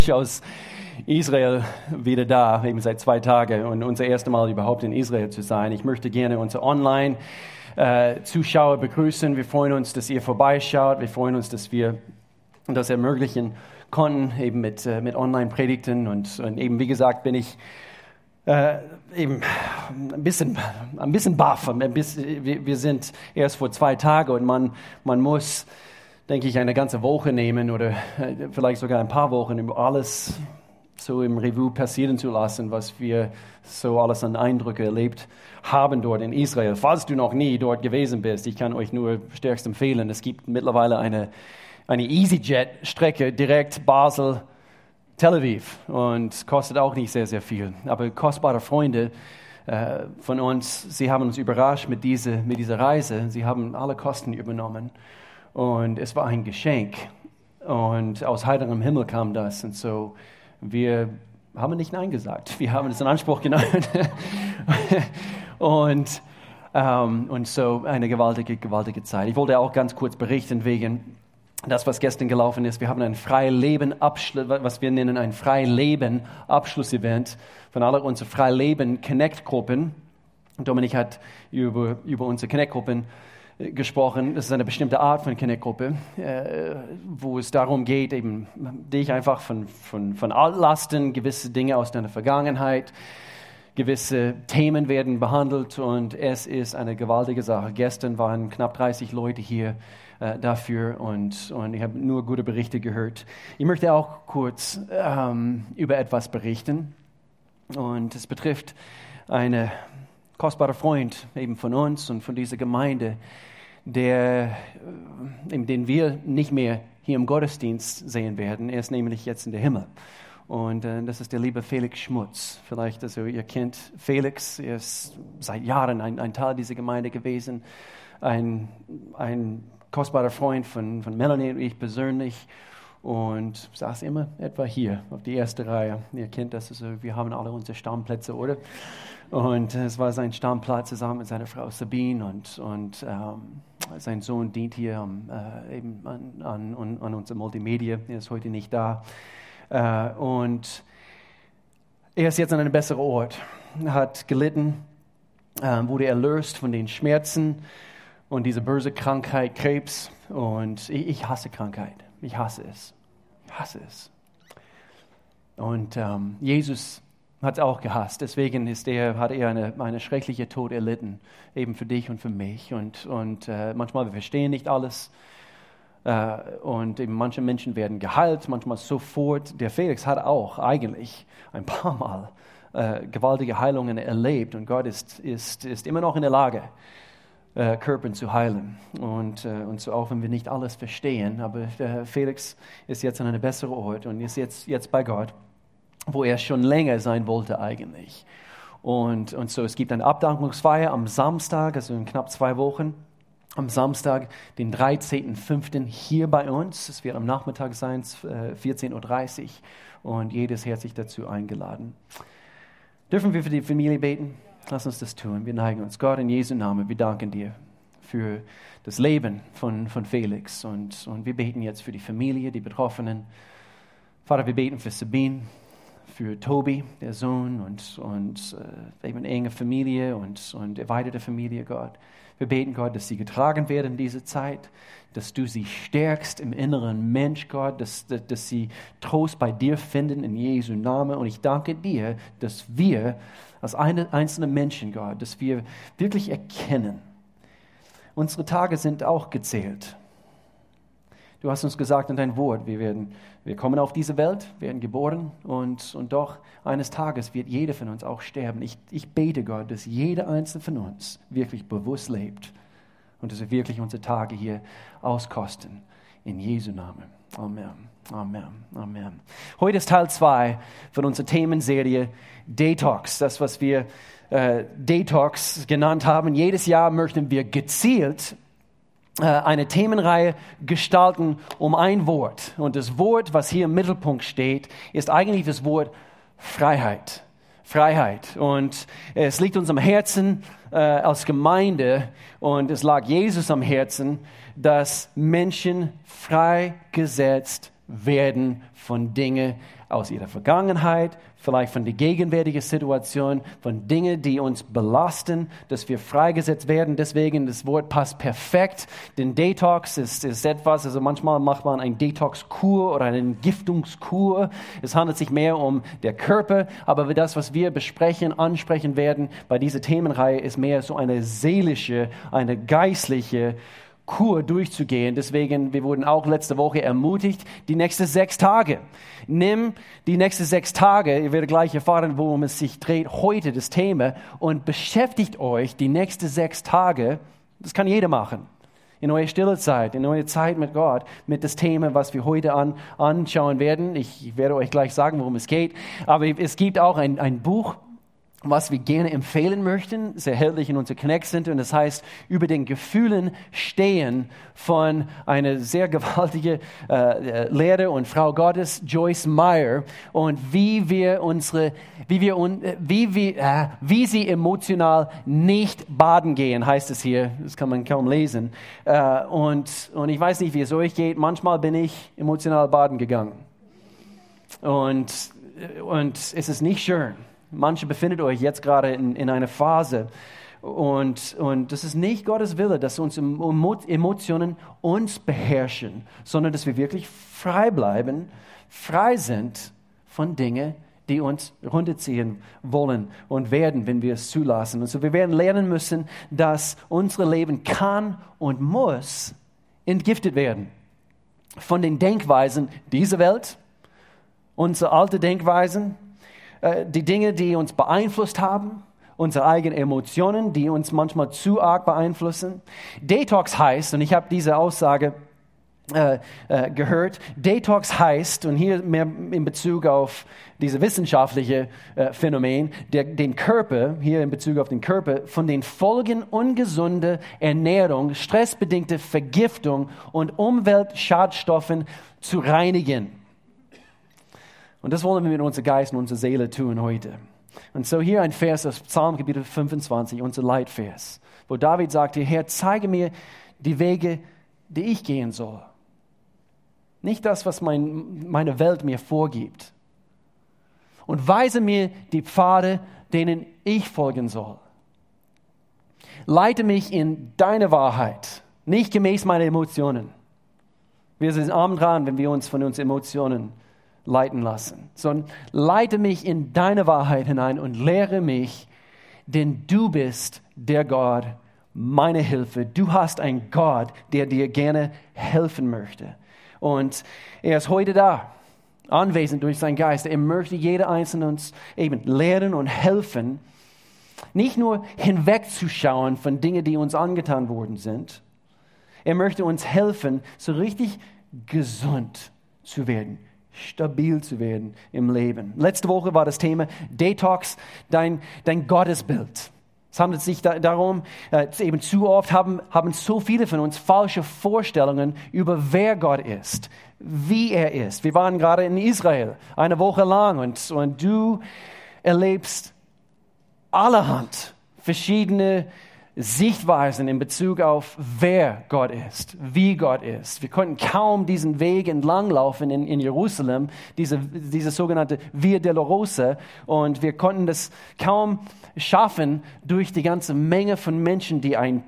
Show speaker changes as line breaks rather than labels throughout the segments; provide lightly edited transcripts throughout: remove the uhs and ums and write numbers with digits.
Aus Israel wieder da, eben seit 2 Tagen und unser erstes Mal überhaupt in Israel zu sein. Ich möchte gerne unsere Online-Zuschauer begrüßen. Wir freuen uns, dass ihr vorbeischaut. Wir freuen uns, dass wir das ermöglichen konnten, eben mit Online-Predigten. Und eben, wie gesagt, bin ich eben ein bisschen baff. Wir sind erst vor 2 Tagen und man muss, denke ich, eine ganze Woche nehmen oder vielleicht sogar ein paar Wochen, um alles so im Revue passieren zu lassen, was wir so alles an Eindrücke erlebt haben dort in Israel. Falls du noch nie dort gewesen bist, ich kann euch nur stärkst empfehlen, es gibt mittlerweile eine EasyJet-Strecke direkt Basel-Tel Aviv und kostet auch nicht sehr, sehr viel. Aber kostbare Freunde von uns, sie haben uns überrascht mit dieser Reise. Sie haben alle Kosten übernommen. Und es war ein Geschenk. Und aus heiterem Himmel kam das. Und so, wir haben nicht Nein gesagt. Wir haben es in Anspruch genommen. und so eine gewaltige Zeit. Ich wollte auch ganz kurz berichten wegen das, was gestern gelaufen ist. Wir haben ein Freileben-Abschluss, was wir nennen ein Freileben-Abschlussevent von aller unseren Freileben-Connect-Gruppen. Dominik hat über unsere Connect-Gruppen gesprochen. Das ist eine bestimmte Art von Connect-Gruppe, wo es darum geht, eben dich einfach von Altlasten, gewisse Dinge aus deiner Vergangenheit, gewisse Themen werden behandelt und es ist eine gewaltige Sache. Gestern waren knapp 30 Leute hier dafür und ich habe nur gute Berichte gehört. Ich möchte auch kurz über etwas berichten und es betrifft einen kostbaren Freund eben von uns und von dieser Gemeinde, den wir nicht mehr hier im Gottesdienst sehen werden. Er ist nämlich jetzt in der Himmel. Und das ist der liebe Felix Schmutz. Vielleicht, also ihr kennt Felix, er ist seit Jahren ein Teil dieser Gemeinde gewesen. Ein kostbarer Freund von Melanie und ich persönlich. Und saß immer etwa hier auf die erste Reihe. Ihr kennt das, also wir haben alle unsere Stammplätze, oder? Und es war sein Stammplatz zusammen mit seiner Frau Sabine und sein Sohn dient hier eben an unserer Multimedia. Er ist heute nicht da. Und er ist jetzt an einem besseren Ort. Hat gelitten, wurde erlöst von den Schmerzen und diese böse Krankheit, Krebs. Und ich hasse Krankheit. Ich hasse es. Und Jesus hat es auch gehasst. Deswegen hat er eine schreckliche Tod erlitten, eben für dich und für mich. Und manchmal wir verstehen nicht alles. Und eben manche Menschen werden geheilt, manchmal sofort. Der Felix hat auch eigentlich ein paar Mal gewaltige Heilungen erlebt. Und Gott ist immer noch in der Lage, Körper zu heilen. Und so auch wenn wir nicht alles verstehen. Aber Felix ist jetzt an einem besseren Ort und ist jetzt bei Gott, wo er schon länger sein wollte eigentlich. Und so, es gibt eine Abdankungsfeier am Samstag, also in knapp 2 Wochen, am Samstag, den 13.05. hier bei uns. Es wird am Nachmittag sein, 14.30 Uhr und jeder ist herzlich dazu eingeladen. Dürfen wir für die Familie beten? Lass uns das tun. Wir neigen uns. Gott, in Jesu Namen, wir danken dir für das Leben von Felix und wir beten jetzt für die Familie, die Betroffenen. Vater, wir beten für Sabine, für Tobi, der Sohn und eben eine enge Familie und erweiterte Familie, Gott. Wir beten, Gott, dass sie getragen werden in dieser Zeit, dass du sie stärkst im inneren Mensch, Gott, dass sie Trost bei dir finden in Jesu Namen. Und ich danke dir, dass wir als einzelne Menschen, Gott, dass wir wirklich erkennen, unsere Tage sind auch gezählt. Du hast uns gesagt in dein Wort, wir kommen auf diese Welt, werden geboren und doch eines Tages wird jeder von uns auch sterben. Ich bete, Gott, dass jeder Einzelne von uns wirklich bewusst lebt und dass wir wirklich unsere Tage hier auskosten. In Jesu Namen. Amen. Amen. Amen. Heute ist Teil 2 von unserer Themenserie Detox. Das, was wir Detox genannt haben. Jedes Jahr möchten wir gezielt eine Themenreihe gestalten um ein Wort. Und das Wort, was hier im Mittelpunkt steht, ist eigentlich das Wort Freiheit. Freiheit. Und es liegt uns am Herzen als Gemeinde und es lag Jesus am Herzen, dass Menschen freigesetzt werden von Dingen aus ihrer Vergangenheit, vielleicht von der gegenwärtigen Situation, von Dingen, die uns belasten, dass wir freigesetzt werden. Deswegen, das Wort passt perfekt. Denn Detox ist etwas, also manchmal macht man eine Detox-Kur oder eine Entgiftungskur. Es handelt sich mehr um den Körper, aber das, was wir ansprechen werden bei dieser Themenreihe, ist mehr so eine seelische, eine geistliche Kur durchzugehen. Deswegen, wir wurden auch letzte Woche ermutigt, die nächsten 6 Tage. Nimm die nächsten 6 Tage, ihr werdet gleich erfahren, worum es sich dreht, heute das Thema, und beschäftigt euch die nächsten 6 Tage, das kann jeder machen, in eurer stille Zeit, in eurer Zeit mit Gott, mit das Thema, was wir heute anschauen werden. Ich werde euch gleich sagen, worum es geht, aber es gibt auch ein Buch, was wir gerne empfehlen möchten, ist erhältlich in unser Connect Center, und das heißt, über den Gefühlen stehen, von einer sehr gewaltigen Lehrer und Frau Gottes, Joyce Meyer, und wie sie emotional nicht baden gehen, heißt es hier, das kann man kaum lesen, und ich weiß nicht, wie es euch geht, manchmal bin ich emotional baden gegangen, und es ist nicht schön. Manche befindet euch jetzt gerade in einer Phase, und das ist nicht Gottes Wille, dass unsere Emotionen uns beherrschen, sondern dass wir wirklich frei bleiben, frei sind von Dingen, die uns runterziehen wollen und werden, wenn wir es zulassen. Und so wir werden lernen müssen, dass unser Leben kann und muss entgiftet werden von den Denkweisen dieser Welt, unsere alte Denkweisen, die Dinge, die uns beeinflusst haben, unsere eigenen Emotionen, die uns manchmal zu arg beeinflussen. Detox heißt, und ich habe diese Aussage gehört, Detox heißt, und hier mehr in Bezug auf dieses wissenschaftliche Phänomen, den Körper, hier in Bezug auf den Körper, von den Folgen ungesunder Ernährung, stressbedingte Vergiftung und Umweltschadstoffen zu reinigen. Und das wollen wir mit unserem Geist und unserer Seele tun heute. Und so hier ein Vers aus Psalm Kapitel 25, unser Leitvers, wo David sagte, Herr, zeige mir die Wege, die ich gehen soll. Nicht das, was meine Welt mir vorgibt. Und weise mir die Pfade, denen ich folgen soll. Leite mich in deine Wahrheit, nicht gemäß meiner Emotionen. Wir sind arm dran, wenn wir uns von unseren Emotionen leiten lassen, sondern leite mich in deine Wahrheit hinein und lehre mich, denn du bist der Gott, meine Hilfe. Du hast einen Gott, der dir gerne helfen möchte. Und er ist heute da, anwesend durch seinen Geist. Er möchte jeder Einzelne uns eben lehren und helfen, nicht nur hinwegzuschauen von Dingen, die uns angetan worden sind. Er möchte uns helfen, so richtig gesund zu werden, stabil zu werden im Leben. Letzte Woche war das Thema Detox, dein Gottesbild. Es handelt sich darum, eben zu oft haben so viele von uns falsche Vorstellungen über wer Gott ist, wie er ist. Wir waren gerade in Israel eine Woche lang und du erlebst allerhand verschiedene Sichtweisen in Bezug auf wer Gott ist, wie Gott ist. Wir konnten kaum diesen Weg entlanglaufen in Jerusalem, diese sogenannte Via Dolorosa, und wir konnten das kaum schaffen durch die ganze Menge von Menschen, die einen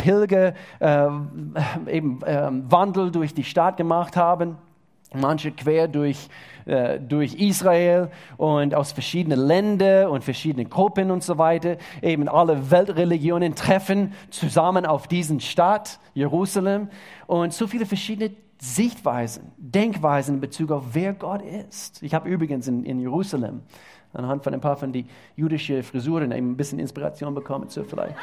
Wandel durch die Stadt gemacht haben. Manche quer durch Israel und aus verschiedenen Ländern und verschiedenen Gruppen und so weiter. Eben alle Weltreligionen treffen zusammen auf diesen Stadt, Jerusalem. Und so viele verschiedene Sichtweisen, Denkweisen in Bezug auf wer Gott ist. Ich habe übrigens in Jerusalem anhand von ein paar von die jüdischen Frisuren ein bisschen Inspiration bekommen, so vielleicht.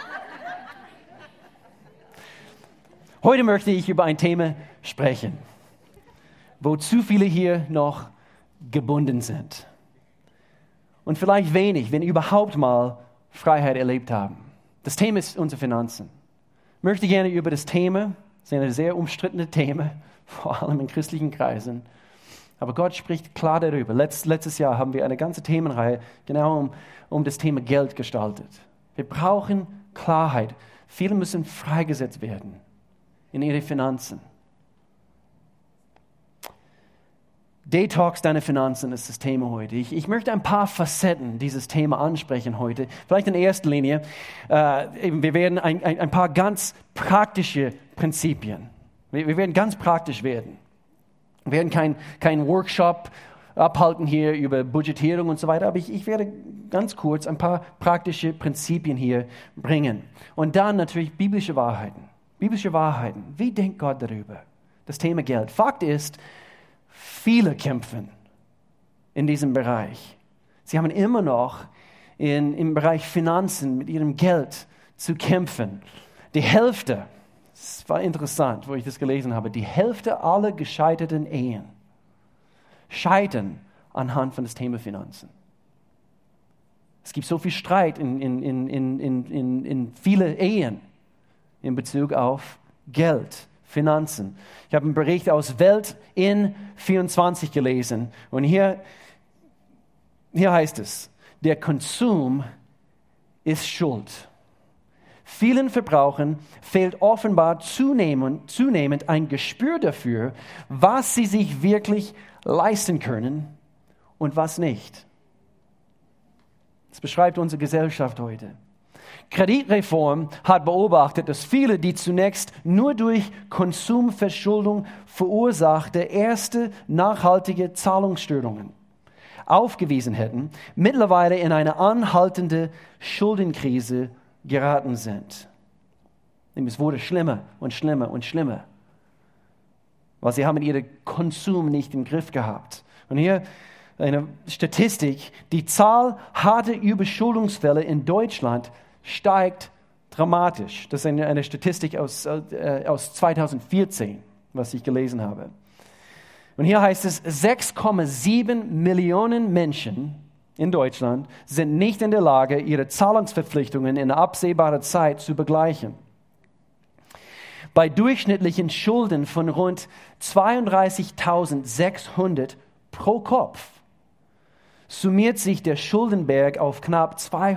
Heute möchte ich über ein Thema sprechen, wo zu viele hier noch gebunden sind. Und vielleicht wenig, wenn überhaupt mal Freiheit erlebt haben. Das Thema ist unsere Finanzen. Ich möchte gerne über das Thema, das ist ein sehr umstrittenes Thema, vor allem in christlichen Kreisen, aber Gott spricht klar darüber. Letztes Jahr haben wir eine ganze Themenreihe genau um das Thema Geld gestaltet. Wir brauchen Klarheit. Viele müssen freigesetzt werden in ihre Finanzen. Detox deine Finanzen ist das Thema heute. Ich möchte ein paar Facetten dieses Thema ansprechen heute. Vielleicht in erster Linie, wir werden ein paar ganz praktische Prinzipien. Wir werden ganz praktisch werden. Wir werden kein Workshop abhalten hier über Budgetierung und so weiter, aber ich werde ganz kurz ein paar praktische Prinzipien hier bringen. Und dann natürlich biblische Wahrheiten. Biblische Wahrheiten. Wie denkt Gott darüber? Das Thema Geld. Fakt ist, viele kämpfen in diesem Bereich. Sie haben immer noch im Bereich Finanzen mit ihrem Geld zu kämpfen. Die Hälfte, es war interessant, wo ich das gelesen habe, die Hälfte aller gescheiterten Ehen scheitern anhand von das Thema Finanzen. Es gibt so viel Streit in viele Ehen in Bezug auf Geld. Finanzen. Ich habe einen Bericht aus Welt in 24 gelesen und hier heißt es, der Konsum ist schuld. Vielen Verbrauchern fehlt offenbar zunehmend ein Gespür dafür, was sie sich wirklich leisten können und was nicht. Das beschreibt unsere Gesellschaft heute. Kreditreform hat beobachtet, dass viele, die zunächst nur durch Konsumverschuldung verursachte erste nachhaltige Zahlungsstörungen aufgewiesen hätten, mittlerweile in eine anhaltende Schuldenkrise geraten sind. Es wurde schlimmer und schlimmer und schlimmer, weil sie haben ihren Konsum nicht im Griff gehabt. Und hier eine Statistik, die Zahl harter Überschuldungsfälle in Deutschland steigt dramatisch. Das ist eine Statistik aus 2014, was ich gelesen habe. Und hier heißt es, 6,7 Millionen Menschen in Deutschland sind nicht in der Lage, ihre Zahlungsverpflichtungen in absehbarer Zeit zu begleichen. Bei durchschnittlichen Schulden von rund 32.600 pro Kopf summiert sich der Schuldenberg auf knapp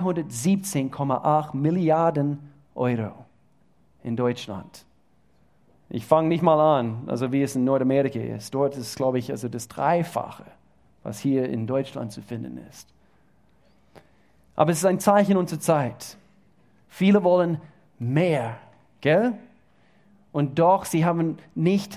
217,8 Milliarden Euro in Deutschland. Ich fange nicht mal an, also wie es in Nordamerika ist. Dort ist es, glaube ich, also das Dreifache, was hier in Deutschland zu finden ist. Aber es ist ein Zeichen unserer Zeit. Viele wollen mehr, gell? Und doch, sie haben nicht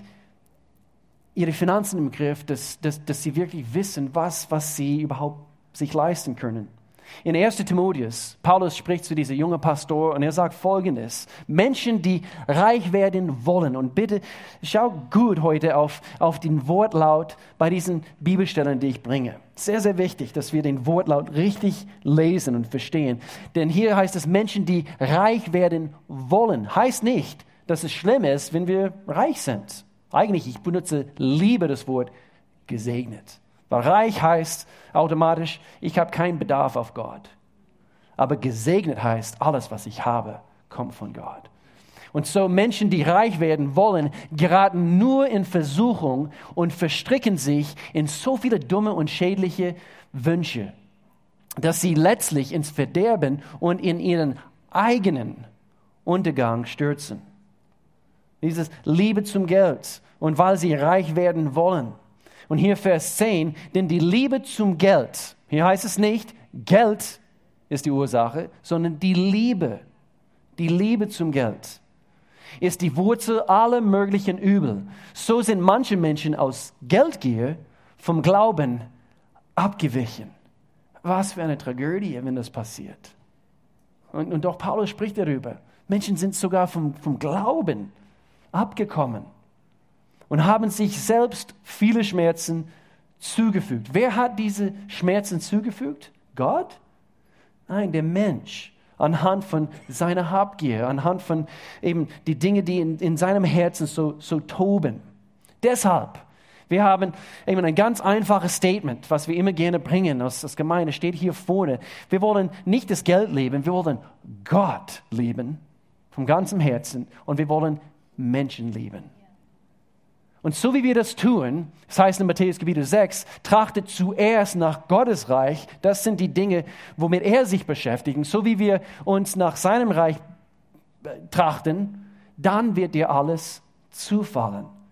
ihre Finanzen im Griff, dass sie wirklich wissen, was sie überhaupt sich leisten können. In 1. Timotheus, Paulus spricht zu diesem jungen Pastor und er sagt Folgendes: Menschen, die reich werden wollen, und bitte schau gut heute auf den Wortlaut bei diesen Bibelstellen, die ich bringe. Sehr, sehr wichtig, dass wir den Wortlaut richtig lesen und verstehen. Denn hier heißt es, Menschen, die reich werden wollen. Heißt nicht, dass es schlimm ist, wenn wir reich sind. Eigentlich, ich benutze lieber das Wort gesegnet. Weil reich heißt automatisch, ich habe keinen Bedarf auf Gott. Aber gesegnet heißt, alles, was ich habe, kommt von Gott. Und so Menschen, die reich werden wollen, geraten nur in Versuchung und verstricken sich in so viele dumme und schädliche Wünsche, dass sie letztlich ins Verderben und in ihren eigenen Untergang stürzen. Dieses Liebe zum Geld und weil sie reich werden wollen. Und hier Vers 10, denn die Liebe zum Geld, hier heißt es nicht, Geld ist die Ursache, sondern die Liebe zum Geld ist die Wurzel aller möglichen Übel. So sind manche Menschen aus Geldgier vom Glauben abgewichen. Was für eine Tragödie, wenn das passiert. Und doch Paulus spricht darüber. Menschen sind sogar vom Glauben abgekommen und haben sich selbst viele Schmerzen zugefügt. Wer hat diese Schmerzen zugefügt? Gott? Nein, der Mensch. Anhand von seiner Habgier, anhand von eben die Dinge, die in seinem Herzen so toben. Deshalb, wir haben eben ein ganz einfaches Statement, was wir immer gerne bringen aus Gemeinde, steht hier vorne. Wir wollen nicht das Geld lieben, wir wollen Gott lieben, vom ganzen Herzen, und wir wollen Menschen lieben. Und so wie wir das tun, das heißt in Matthäus Kapitel 6, trachtet zuerst nach Gottes Reich, das sind die Dinge, womit er sich beschäftigt. So wie wir uns nach seinem Reich trachten, dann wird dir alles zufallen.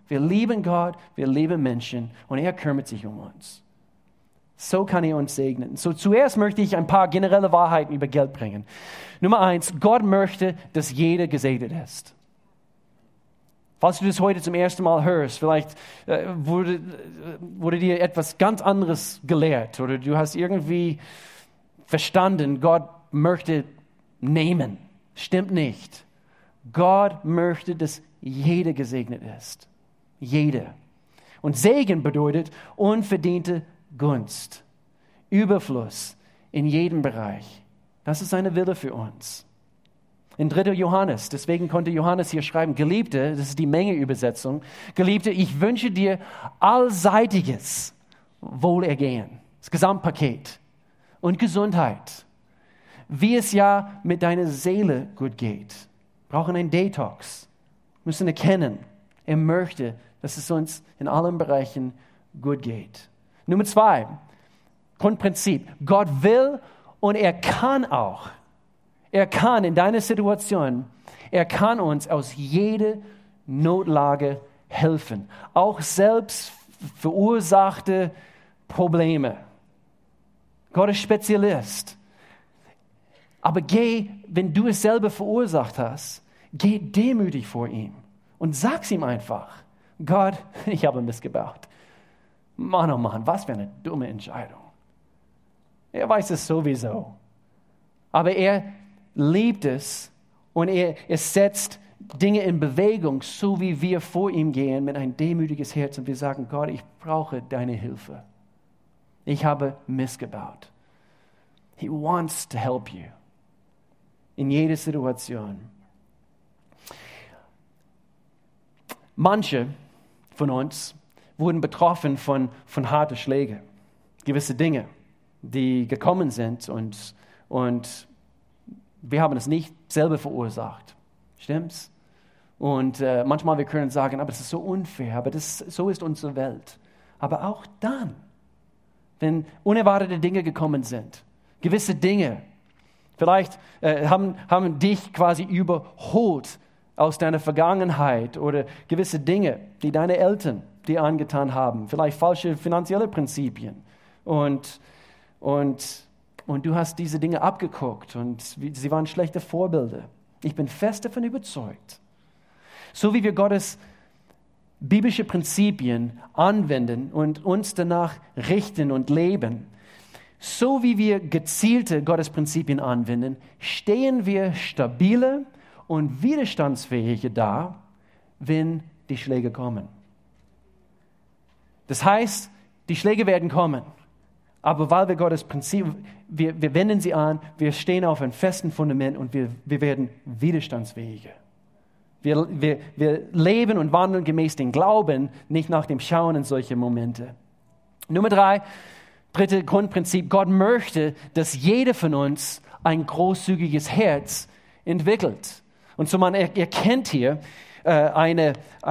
Wir lieben Gott, wir lieben Menschen und er kümmert sich um uns. So kann er uns segnen. So zuerst möchte ich ein paar generelle Wahrheiten über Geld bringen. Nummer 1, Gott möchte, dass jeder gesegnet ist. Falls du das heute zum ersten Mal hörst, vielleicht wurde dir etwas ganz anderes gelehrt oder du hast irgendwie verstanden, Gott möchte nehmen. Stimmt nicht. Gott möchte, dass jeder gesegnet ist. Jeder. Und Segen bedeutet unverdiente Gunst, Überfluss in jedem Bereich. Das ist seine Wille für uns. In 3. Johannes, deswegen konnte Johannes hier schreiben, Geliebte, das ist die Menge-Übersetzung, Geliebte, ich wünsche dir allseitiges Wohlergehen, das Gesamtpaket und Gesundheit, wie es ja mit deiner Seele gut geht. Wir brauchen einen Detox, müssen erkennen, er möchte, dass es uns in allen Bereichen gut geht. Nummer 2, Grundprinzip, Gott will und er kann auch. Er kann in deiner Situation, er kann uns aus jeder Notlage helfen. Auch selbst verursachte Probleme. Gott ist Spezialist. Aber wenn du es selber verursacht hast, geh demütig vor ihm und sag's ihm einfach. Gott, ich habe missgebaut. Mann, oh Mann, was für eine dumme Entscheidung. Er weiß es sowieso. Aber er liebt es und er setzt Dinge in Bewegung, so wie wir vor ihm gehen mit ein demütiges Herz und wir sagen, Gott, ich brauche deine Hilfe. Ich habe missgebaut. He wants to help you in jeder Situation. Manche von uns wurden betroffen von harten Schlägen. Gewisse Dinge, die gekommen sind und wir haben es nicht selber verursacht. Stimmt's? Und manchmal wir können sagen, aber das ist so unfair, aber so ist unsere Welt. Aber auch dann, wenn unerwartete Dinge gekommen sind, gewisse Dinge, vielleicht haben dich quasi überholt aus deiner Vergangenheit oder gewisse Dinge, die deine Eltern dir angetan haben, vielleicht falsche finanzielle Prinzipien und du hast diese Dinge abgeguckt und sie waren schlechte Vorbilder. Ich bin fest davon überzeugt, so wie wir Gottes biblische Prinzipien anwenden und uns danach richten und leben, so wie wir gezielte Gottes Prinzipien anwenden, stehen wir stabiler und widerstandsfähiger da, wenn die Schläge kommen. Das heißt, die Schläge werden kommen. Aber weil wir Gottes Prinzip, wir wenden sie an, wir stehen auf einem festen Fundament und wir werden widerstandsfähiger. Wir leben und wandeln gemäß dem Glauben, nicht nach dem Schauen in solche Momente. Nummer 3, dritte Grundprinzip, Gott möchte, dass jeder von uns ein großzügiges Herz entwickelt. Und so man erkennt hier eine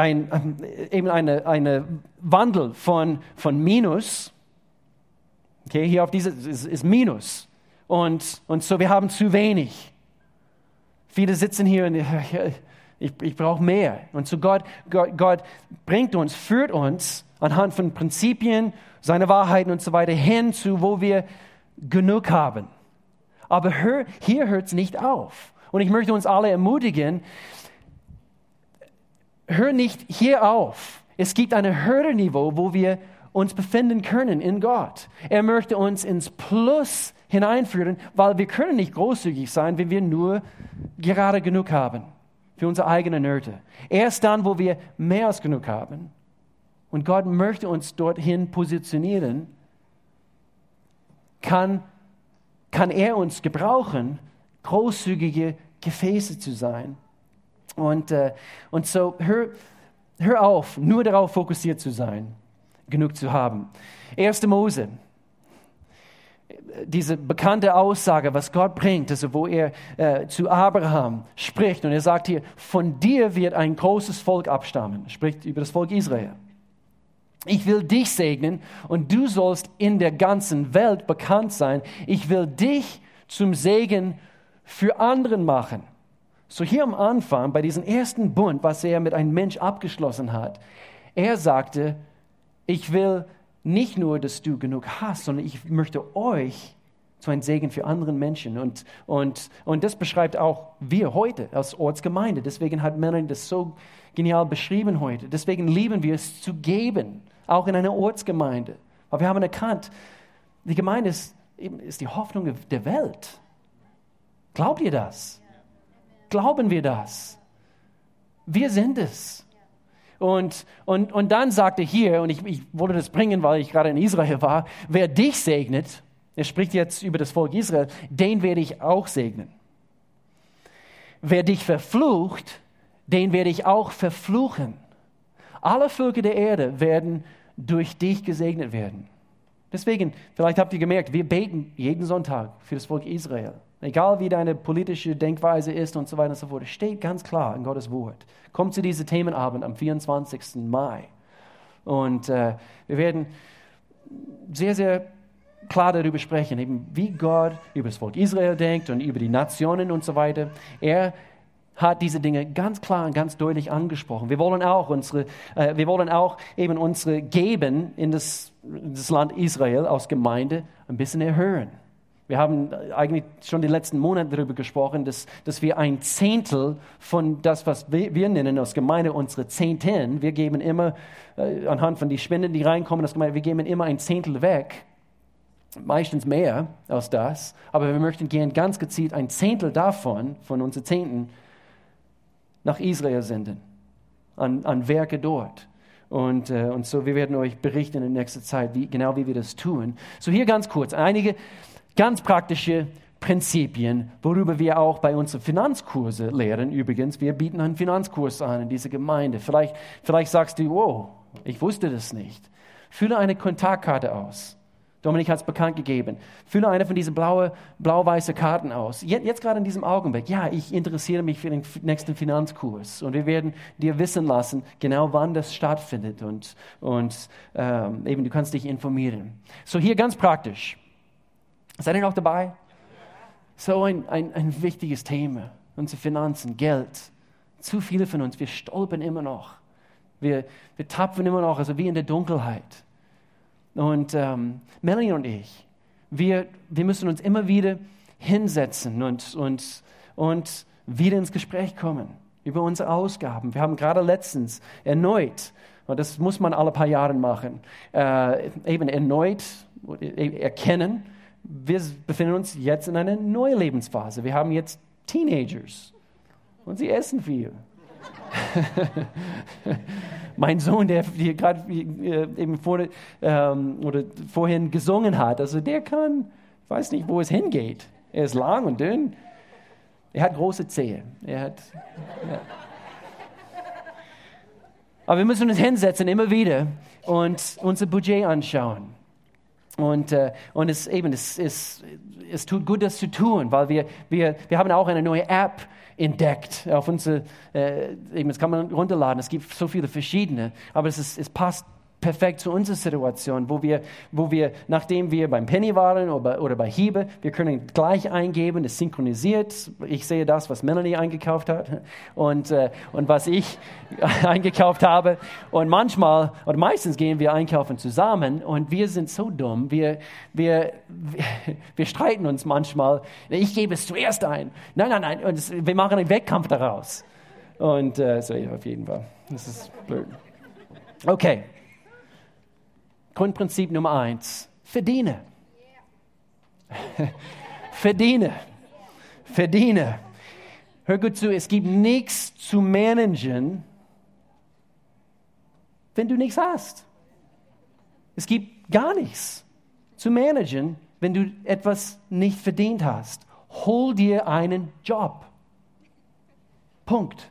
Wandel von Minus. Okay, hier auf diese ist Minus. Und so, wir haben zu wenig. Viele sitzen hier und ich brauche mehr. Und so Gott bringt uns, führt uns anhand von Prinzipien, seine Wahrheiten und so weiter hin zu, wo wir genug haben. Aber hier hört es nicht auf. Und ich möchte uns alle ermutigen, hör nicht hier auf. Es gibt ein höheres Niveau, wo wir uns befinden können in Gott. Er möchte uns ins Plus hineinführen, weil wir können nicht großzügig sein, wenn wir nur gerade genug haben für unsere eigenen Nöte. Erst dann, wo wir mehr als genug haben und Gott möchte uns dorthin positionieren, kann er uns gebrauchen, großzügige Gefäße zu sein. Und so hör auf, nur darauf fokussiert zu sein, genug zu haben. 1. Mose, diese bekannte Aussage, was Gott bringt, also wo er zu Abraham spricht und er sagt hier, von dir wird ein großes Volk abstammen, spricht über das Volk Israel. Ich will dich segnen und du sollst in der ganzen Welt bekannt sein. Ich will dich zum Segen für anderen machen. So hier am Anfang, bei diesem ersten Bund, was er mit einem Mensch abgeschlossen hat, Er sagte, ich will nicht nur, dass du genug hast, sondern ich möchte euch zu einem Segen für andere Menschen. Und das beschreibt auch wir heute als Ortsgemeinde. Deswegen hat Melanie das so genial beschrieben heute. Deswegen lieben wir es zu geben, auch in einer Ortsgemeinde. Aber wir haben erkannt, die Gemeinde ist die Hoffnung der Welt. Glaubt ihr das? Glauben wir das? Wir sind es. Und dann sagte hier, und ich wollte das bringen, weil ich gerade in Israel war, wer dich segnet, er spricht jetzt über das Volk Israel, den werde ich auch segnen. Wer dich verflucht, den werde ich auch verfluchen. Alle Völker der Erde werden durch dich gesegnet werden. Deswegen, vielleicht habt ihr gemerkt, wir beten jeden Sonntag für das Volk Israel. Egal wie deine politische Denkweise ist und so weiter und so fort. Es steht ganz klar in Gottes Wort. Kommt zu diesem Themenabend am 24. Mai. Und wir werden sehr, sehr klar darüber sprechen, eben wie Gott über das Volk Israel denkt und über die Nationen und so weiter. Er hat diese Dinge ganz klar und ganz deutlich angesprochen. Wir wollen auch unsere Geben in das Land Israel aus Gemeinde ein bisschen erhöhen. Wir haben eigentlich schon die letzten Monate darüber gesprochen, dass wir ein Zehntel von das, was wir nennen als Gemeinde, unsere Zehnten, wir geben immer, anhand von den Spenden, die reinkommen als Gemeinde, wir geben immer ein Zehntel weg, meistens mehr als das, aber wir möchten gern ganz gezielt ein Zehntel davon, von unseren Zehnten, nach Israel senden, an Werke dort. Und so, wir werden euch berichten in nächster Zeit, wie wir das tun. So hier ganz kurz, einige ganz praktische Prinzipien, worüber wir auch bei unseren Finanzkurse lehren. Übrigens, wir bieten einen Finanzkurs an in dieser Gemeinde. Vielleicht sagst du, wow, ich wusste das nicht. Fülle eine Kontaktkarte aus. Dominik hat es bekannt gegeben. Fülle eine von diesen blau-weißen Karten aus. Jetzt gerade in diesem Augenblick, ja, ich interessiere mich für den nächsten Finanzkurs. Und wir werden dir wissen lassen, genau wann das stattfindet. Und eben, du kannst dich informieren. So hier ganz praktisch. Seid ihr noch dabei? So ein wichtiges Thema. Unsere Finanzen, Geld. Zu viele von uns, wir stolpern immer noch. Wir tapfen immer noch, also wie in der Dunkelheit. Und Melanie und ich, wir müssen uns immer wieder hinsetzen und wieder ins Gespräch kommen über unsere Ausgaben. Wir haben gerade letztens erneut, und das muss man alle paar Jahre machen, eben erneut erkennen, wir befinden uns jetzt in einer neuen Lebensphase. Wir haben jetzt Teenagers und sie essen viel. Mein Sohn, der gerade eben vorhin gesungen hat, also der kann, ich weiß nicht, wo es hingeht. Er ist lang und dünn. Er hat große Zehe. Ja. Aber wir müssen uns hinsetzen immer wieder und unser Budget anschauen. Und es tut gut, das zu tun, weil wir haben auch eine neue App entdeckt auf unsere, das kann man runterladen, es gibt so viele verschiedene, aber es passt perfekt zu unserer Situation, wo wir, nachdem wir beim Penny waren oder bei Hiebe, wir können gleich eingeben, es synchronisiert. Ich sehe das, was Melanie eingekauft hat und was ich eingekauft habe. Und manchmal oder meistens gehen wir einkaufen zusammen und wir sind so dumm. Wir streiten uns manchmal. Ich gebe es zuerst ein. Nein. Und wir machen einen Wettkampf daraus. Und so ja, auf jeden Fall. Das ist blöd. Okay. Grundprinzip Nummer 1, verdiene. Verdiene. Hör gut zu, es gibt nichts zu managen, wenn du nichts hast. Es gibt gar nichts zu managen, wenn du etwas nicht verdient hast. Hol dir einen Job. Punkt.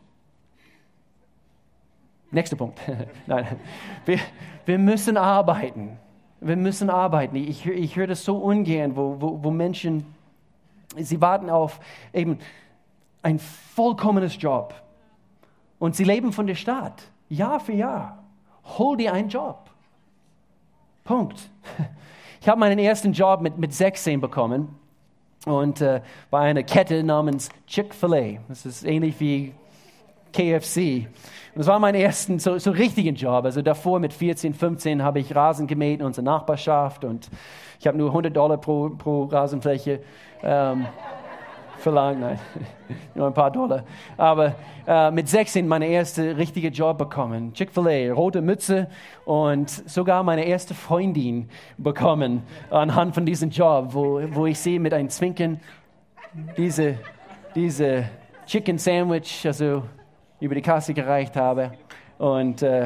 Nächster Punkt. Nein, wir müssen arbeiten. Wir müssen arbeiten. Ich höre das so ungern, wo Menschen, sie warten auf eben ein vollkommenes Job. Und sie leben von der Stadt, Jahr für Jahr. Hol dir einen Job. Punkt. Ich habe meinen ersten Job mit 16 bekommen und bei einer Kette namens Chick-fil-A. Das ist ähnlich wie KFC. Und das war mein ersten so richtigen Job. Also davor mit 14, 15 habe ich Rasen gemäht in unserer Nachbarschaft und ich habe nur $100 pro Rasenfläche verlangt. Nein, nur ein paar Dollar. Aber mit 16 meine erste richtige Job bekommen. Chick-fil-A, rote Mütze und sogar meine erste Freundin bekommen anhand von diesem Job, wo ich sie mit einem Zwinkern diese Chicken Sandwich, also über die Kasse gereicht habe. Und das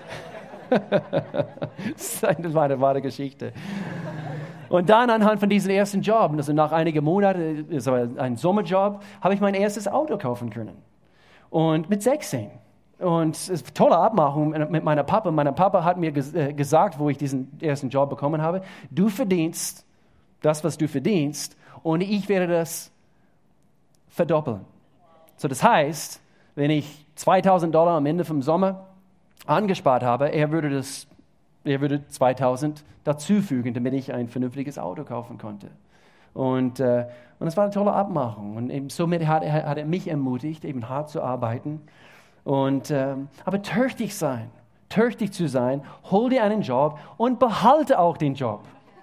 war eine wahre Geschichte. Und dann anhand von diesem ersten Job, also nach einigen Monaten, das war ein Sommerjob, habe ich mein erstes Auto kaufen können. Und mit 16. Und es ist eine tolle Abmachung mit meiner Papa. Mein Papa hat mir gesagt, wo ich diesen ersten Job bekommen habe, du verdienst das, was du verdienst, und ich werde das verdoppeln. So, das heißt, wenn ich $2.000 am Ende vom Sommer angespart habe, er würde 2.000 dazufügen, damit ich ein vernünftiges Auto kaufen konnte. Und es war eine tolle Abmachung. Und eben somit hat er mich ermutigt, eben hart zu arbeiten. Aber tüchtig zu sein, hol dir einen Job und behalte auch den Job.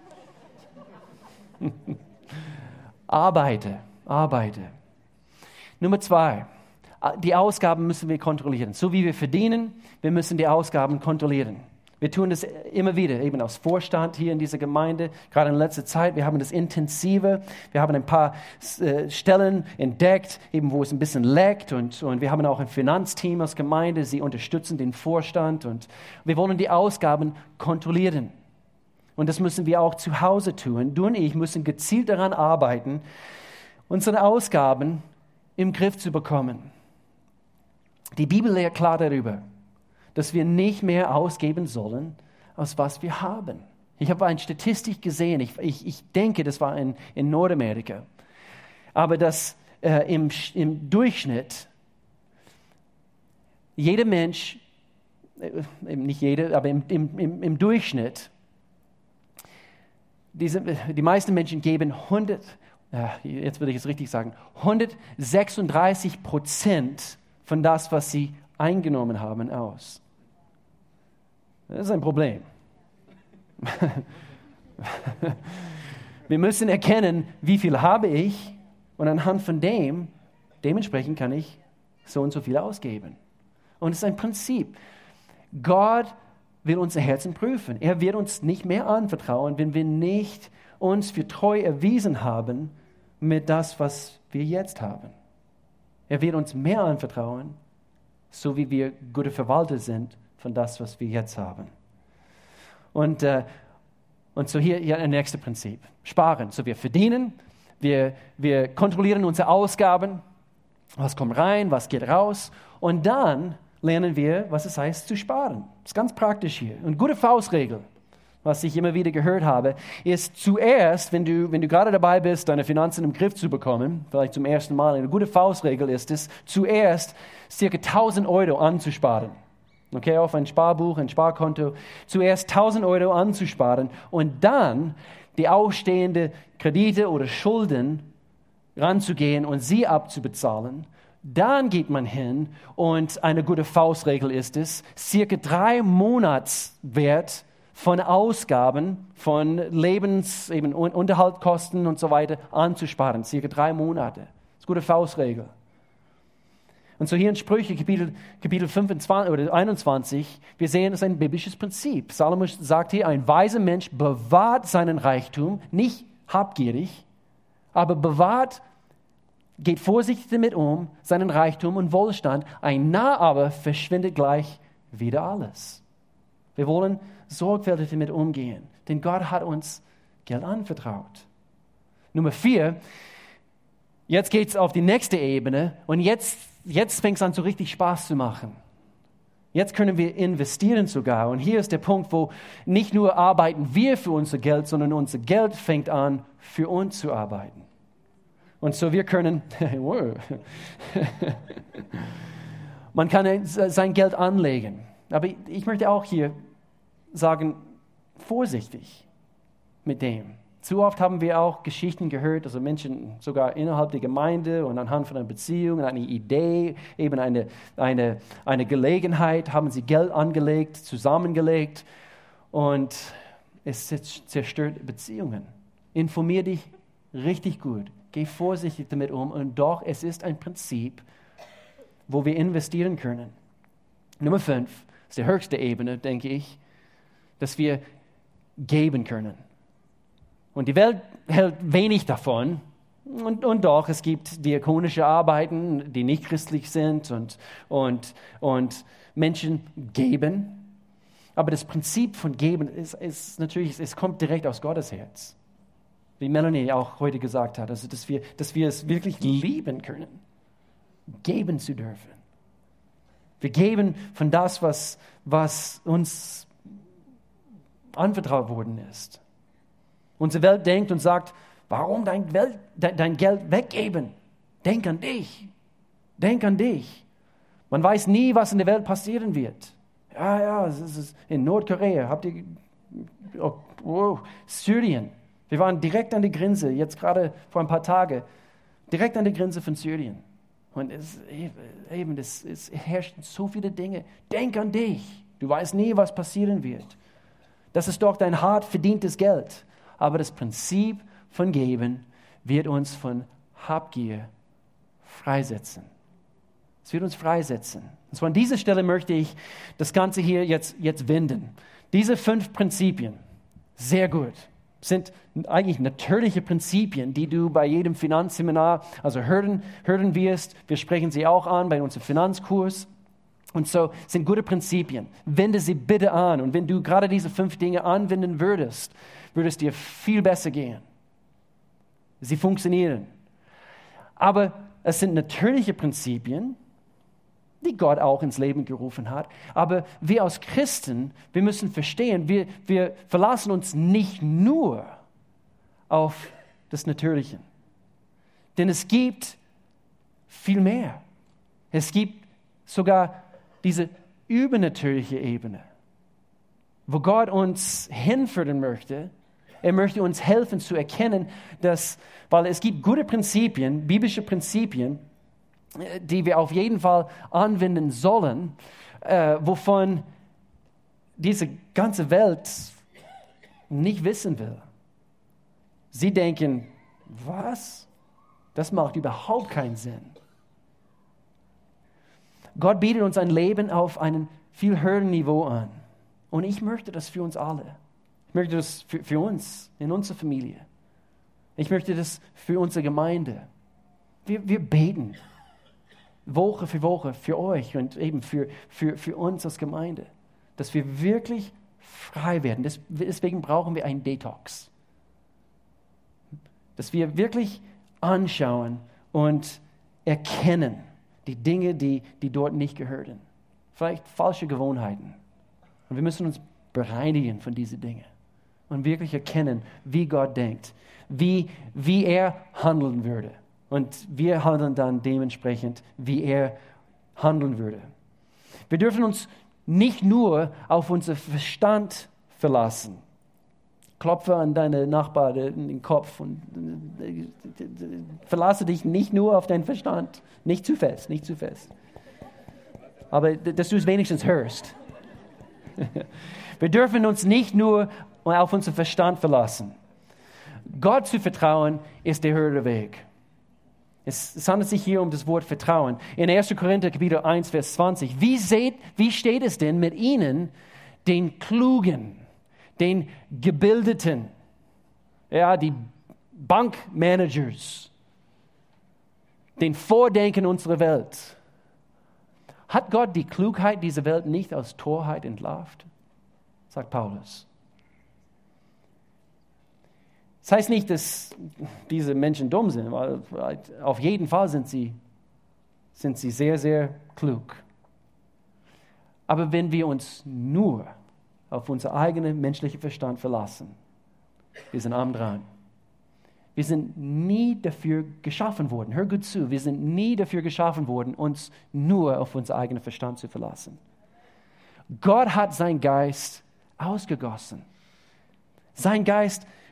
Arbeite. Nummer 2. Die Ausgaben müssen wir kontrollieren. So wie wir verdienen, wir müssen die Ausgaben kontrollieren. Wir tun das immer wieder, eben als Vorstand hier in dieser Gemeinde, gerade in letzter Zeit. Wir haben das intensiver. Wir haben ein paar Stellen entdeckt, eben wo es ein bisschen leckt. Und wir haben auch ein Finanzteam als Gemeinde. Sie unterstützen den Vorstand. Und wir wollen die Ausgaben kontrollieren. Und das müssen wir auch zu Hause tun. Du und ich müssen gezielt daran arbeiten, unsere Ausgaben im Griff zu bekommen. Die Bibel lehrt klar darüber, dass wir nicht mehr ausgeben sollen, als was wir haben. Ich habe eine Statistik gesehen, ich denke, das war in Nordamerika, aber dass im Durchschnitt jeder Mensch, nicht jeder, aber im Durchschnitt, die meisten Menschen geben 136% von das, was sie eingenommen haben, aus. Das ist ein Problem. Wir müssen erkennen, wie viel habe ich, und anhand von dementsprechend kann ich so und so viel ausgeben. Und es ist ein Prinzip. Gott will unser Herzen prüfen. Er wird uns nicht mehr anvertrauen, wenn wir nicht uns für treu erwiesen haben mit das, was wir jetzt haben. Er wird uns mehr anvertrauen, so wie wir gute Verwalter sind von das, was wir jetzt haben. Und so hier ein nächstes Prinzip. Sparen. So wir verdienen, wir kontrollieren unsere Ausgaben, was kommt rein, was geht raus, und dann lernen wir, was es heißt zu sparen. Das ist ganz praktisch hier. Und gute Faustregel, was ich immer wieder gehört habe, ist zuerst, wenn du gerade dabei bist, deine Finanzen im Griff zu bekommen, vielleicht zum ersten Mal, eine gute Faustregel ist es, zuerst ca. 1.000 Euro anzusparen. Okay, auf ein Sparbuch, ein Sparkonto, zuerst 1.000 Euro anzusparen und dann die ausstehenden Kredite oder Schulden ranzugehen und sie abzubezahlen. Dann geht man hin und eine gute Faustregel ist es, ca. 3 Monatswert von Ausgaben, von eben Unterhaltskosten und so weiter anzusparen, ca. 3 Monate. Das ist eine gute Faustregel. Und so hier in Sprüche, Kapitel 25 oder 21, wir sehen, es ist ein biblisches Prinzip. Salomo sagt hier, ein weiser Mensch bewahrt seinen Reichtum, nicht habgierig, aber geht vorsichtig damit um, seinen Reichtum und Wohlstand. Ein Narr aber verschwindet gleich wieder alles. Wir wollen sorgfältig damit umgehen, denn Gott hat uns Geld anvertraut. Nummer 4, jetzt geht es auf die nächste Ebene und jetzt fängt es an, so richtig Spaß zu machen. Jetzt können wir investieren sogar. Und hier ist der Punkt, wo nicht nur arbeiten wir für unser Geld, sondern unser Geld fängt an, für uns zu arbeiten. Und so wir können, man kann sein Geld anlegen. Aber ich möchte auch hier sagen, vorsichtig mit dem. Zu oft haben wir auch Geschichten gehört, also Menschen sogar innerhalb der Gemeinde und anhand von einer Beziehung, einer Idee, eben eine Gelegenheit, haben sie Geld angelegt, zusammengelegt und es zerstört Beziehungen. Informier dich richtig gut, geh vorsichtig damit um und doch, es ist ein Prinzip, wo wir investieren können. Nummer 5 ist die höchste Ebene, denke ich, dass wir geben können. Und die Welt hält wenig davon. Und doch, es gibt diakonische Arbeiten, die nicht christlich sind und Menschen geben. Aber das Prinzip von Geben ist natürlich, es kommt direkt aus Gottes Herz. Wie Melanie auch heute gesagt hat, also dass wir es wirklich lieben können, geben zu dürfen. Wir geben von das, was uns anvertraut worden ist. Unsere Welt denkt und sagt, warum dein Geld weggeben? Denk an dich. Denk an dich. Man weiß nie, was in der Welt passieren wird. Ja, es ist in Nordkorea, habt ihr, Syrien. Wir waren direkt an der Grenze, jetzt gerade vor ein paar Tagen, direkt an der Grenze von Syrien. Und es herrschen so viele Dinge. Denk an dich. Du weißt nie, was passieren wird. Das ist doch dein hart verdientes Geld. Aber das Prinzip von Geben wird uns von Habgier freisetzen. Es wird uns freisetzen. Und zwar an dieser Stelle möchte ich das Ganze hier jetzt wenden. Diese 5 Prinzipien, sehr gut, sind eigentlich natürliche Prinzipien, die du bei jedem Finanzseminar, also hören wirst. Wir sprechen sie auch an bei unserem Finanzkurs. Und so sind gute Prinzipien. Wende sie bitte an. Und wenn du gerade diese 5 Dinge anwenden würdest, würde es dir viel besser gehen. Sie funktionieren. Aber es sind natürliche Prinzipien, die Gott auch ins Leben gerufen hat. Aber wir als Christen, wir müssen verstehen, wir verlassen uns nicht nur auf das Natürliche. Denn es gibt viel mehr. Es gibt sogar diese übernatürliche Ebene, wo Gott uns hinführen möchte. Er möchte uns helfen zu erkennen, weil es gibt gute Prinzipien, biblische Prinzipien, die wir auf jeden Fall anwenden sollen, wovon diese ganze Welt nicht wissen will. Sie denken, was? Das macht überhaupt keinen Sinn. Gott bietet uns ein Leben auf einem viel höheren Niveau an. Und ich möchte das für uns alle. Ich möchte das für uns, in unserer Familie. Ich möchte das für unsere Gemeinde. Wir beten Woche für Woche für euch und eben für uns als Gemeinde, dass wir wirklich frei werden. Deswegen brauchen wir einen Detox. Dass wir wirklich anschauen und erkennen die Dinge, die dort nicht gehören. Vielleicht falsche Gewohnheiten. Und wir müssen uns bereinigen von diesen Dingen und wirklich erkennen, wie Gott denkt, wie er handeln würde. Und wir handeln dann dementsprechend, wie er handeln würde. Wir dürfen uns nicht nur auf unseren Verstand verlassen. Klopfe an deine Nachbarn in den Kopf und verlasse dich nicht nur auf deinen Verstand. Nicht zu fest, nicht zu fest. Aber dass du es wenigstens hörst. Wir dürfen uns nicht nur auf unseren Verstand verlassen. Gott zu vertrauen ist der höhere Weg. Es handelt sich hier um das Wort Vertrauen. In 1. Korinther Kapitel 1, Vers 20. Wie steht es denn mit ihnen, den Klugen, den Gebildeten, ja, die Bankmanagers, den Vordenken unserer Welt? Hat Gott die Klugheit dieser Welt nicht als Torheit entlarvt? Sagt Paulus. Das heißt nicht, dass diese Menschen dumm sind, weil auf jeden Fall sind sie sehr, sehr klug. Aber wenn wir uns nur auf unser eigenen menschlichen Verstand verlassen, wir sind arm dran. Wir sind nie dafür geschaffen worden, hör gut zu, wir sind nie dafür geschaffen worden, uns nur auf unseren eigenen Verstand zu verlassen. Gott hat seinen Geist ausgegossen. Sein Geist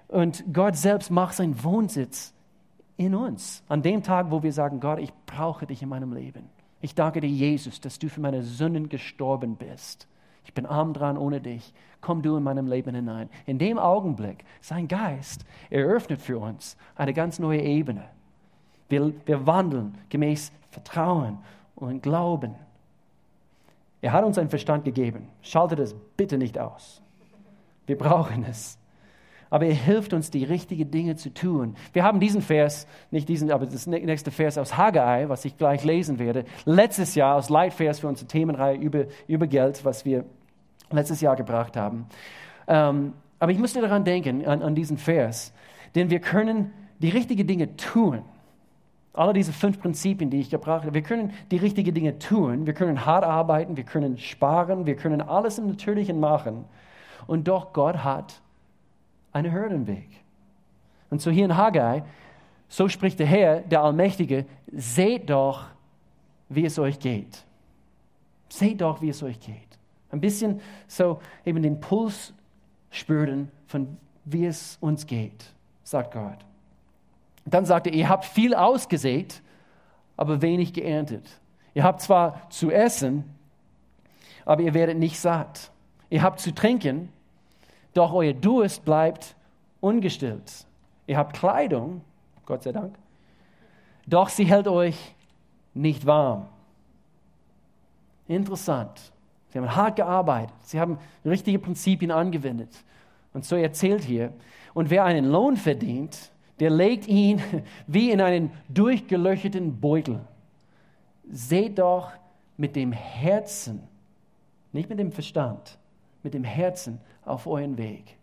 Und Gott selbst macht seinen Wohnsitz in uns. An dem Tag, wo wir sagen, Gott, ich brauche dich in meinem Leben. Ich danke dir, Jesus, dass du für meine Sünden gestorben bist. Ich bin arm dran ohne dich. Komm du in meinem Leben hinein. In dem Augenblick, sein Geist eröffnet für uns eine ganz neue Ebene. Wir wandeln gemäß Vertrauen und Glauben. Er hat uns einen Verstand gegeben. Schaltet es bitte nicht aus. Wir brauchen es. Aber er hilft uns, die richtigen Dinge zu tun. Wir haben diesen Vers, nicht diesen, aber das nächste Vers aus Haggai, was ich gleich lesen werde, letztes Jahr als Leitvers für unsere Themenreihe über Geld, was wir letztes Jahr gebracht haben. Aber ich musste daran denken, an diesen Vers, denn wir können die richtigen Dinge tun. Alle diese 5 Prinzipien, die ich gebracht habe, wir können die richtigen Dinge tun, wir können hart arbeiten, wir können sparen, wir können alles im Natürlichen machen. Und doch Gott hat einen Hürdenweg. Und so hier in Haggai, so spricht der Herr, der Allmächtige, seht doch, wie es euch geht. Seht doch, wie es euch geht. Ein bisschen so eben den Puls spüren von wie es uns geht, sagt Gott. Dann sagt er, ihr habt viel ausgesät, aber wenig geerntet. Ihr habt zwar zu essen, aber ihr werdet nicht satt. Ihr habt zu trinken, doch euer Durst bleibt ungestillt. Ihr habt Kleidung, Gott sei Dank, doch sie hält euch nicht warm. Interessant. Sie haben hart gearbeitet. Sie haben richtige Prinzipien angewendet. Und so erzählt hier, und wer einen Lohn verdient, der legt ihn wie in einen durchgelöcherten Beutel. Seht doch mit dem Herzen, nicht mit dem Verstand, mit dem Herzen auf euren Weg.